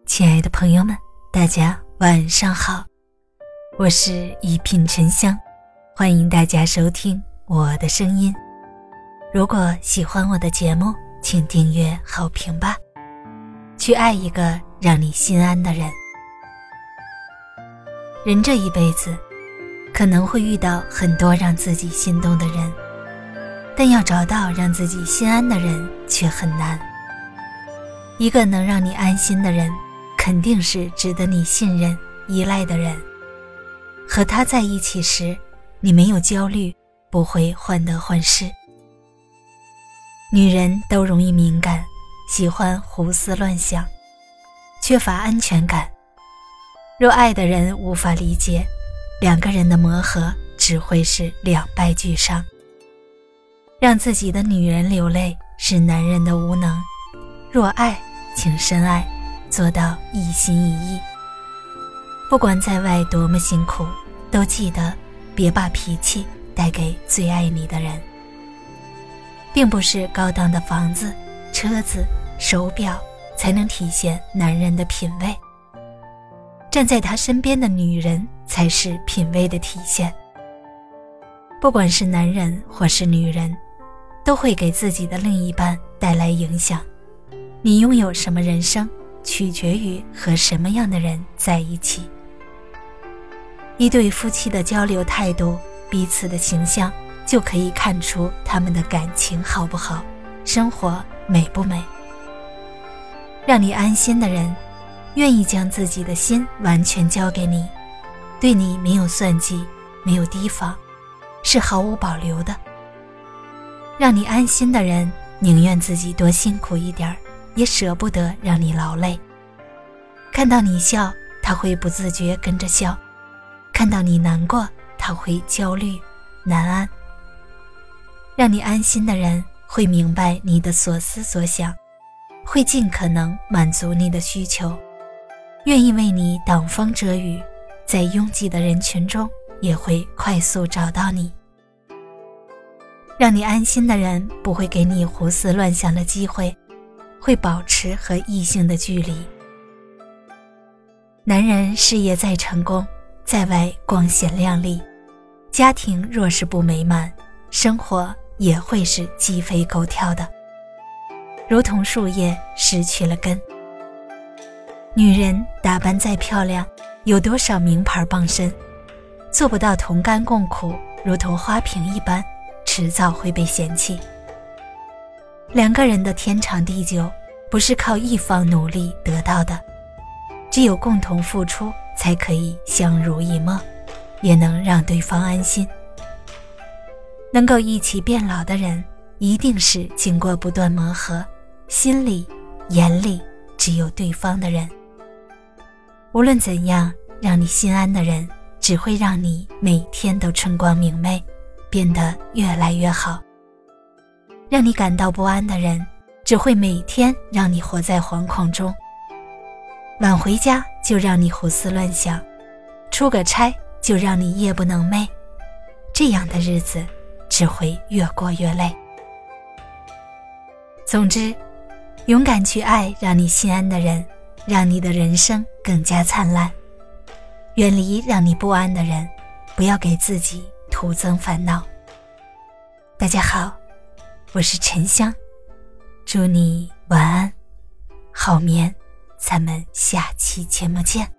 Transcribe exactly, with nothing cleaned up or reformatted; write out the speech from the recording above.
亲爱的朋友们，大家晚上好，我是一品沉香，欢迎大家收听我的声音。如果喜欢我的节目，请订阅好评吧。去爱一个让你心安的人。人这一辈子可能会遇到很多让自己心动的人，但要找到让自己心安的人却很难。一个能让你安心的人，肯定是值得你信任依赖的人。和他在一起时，你没有焦虑，不会患得患失。女人都容易敏感，喜欢胡思乱想，缺乏安全感。若爱的人无法理解，两个人的磨合只会是两败俱伤。让自己的女人流泪是男人的无能，若爱，请深爱，做到一心一意。不管在外多么辛苦，都记得别把脾气带给最爱你的人。并不是高档的房子、车子、手表才能体现男人的品味，站在他身边的女人才是品味的体现。不管是男人或是女人，都会给自己的另一半带来影响。你拥有什么人生，取决于和什么样的人在一起。一对夫妻的交流态度，彼此的形象，就可以看出他们的感情好不好，生活美不美。让你安心的人，愿意将自己的心完全交给你，对你没有算计，没有提防，是毫无保留的。让你安心的人，宁愿自己多辛苦一点，也舍不得让你劳累。看到你笑，他会不自觉跟着笑；看到你难过，他会焦虑难安。让你安心的人，会明白你的所思所想，会尽可能满足你的需求，愿意为你挡风遮雨，在拥挤的人群中也会快速找到你。让你安心的人，不会给你胡思乱想的机会，会保持和异性的距离。男人事业再成功，在外光鲜亮丽，家庭若是不美满，生活也会是鸡飞狗跳的，如同树叶失去了根。女人打扮再漂亮，有多少名牌傍身，做不到同甘共苦，如同花瓶一般，迟早会被嫌弃。两个人的天长地久，不是靠一方努力得到的，只有共同付出，才可以相濡以沫，也能让对方安心。能够一起变老的人，一定是经过不断磨合，心里眼里只有对方的人。无论怎样，让你心安的人，只会让你每天都春光明媚，变得越来越好。让你感到不安的人，只会每天让你活在惶恐中。晚回家就让你胡思乱想，出个差就让你夜不能寐，这样的日子只会越过越累。总之，勇敢去爱让你心安的人，让你的人生更加灿烂。远离让你不安的人，不要给自己徒增烦恼。大家好，我是沉香，祝你晚安好眠，咱们下期节目见。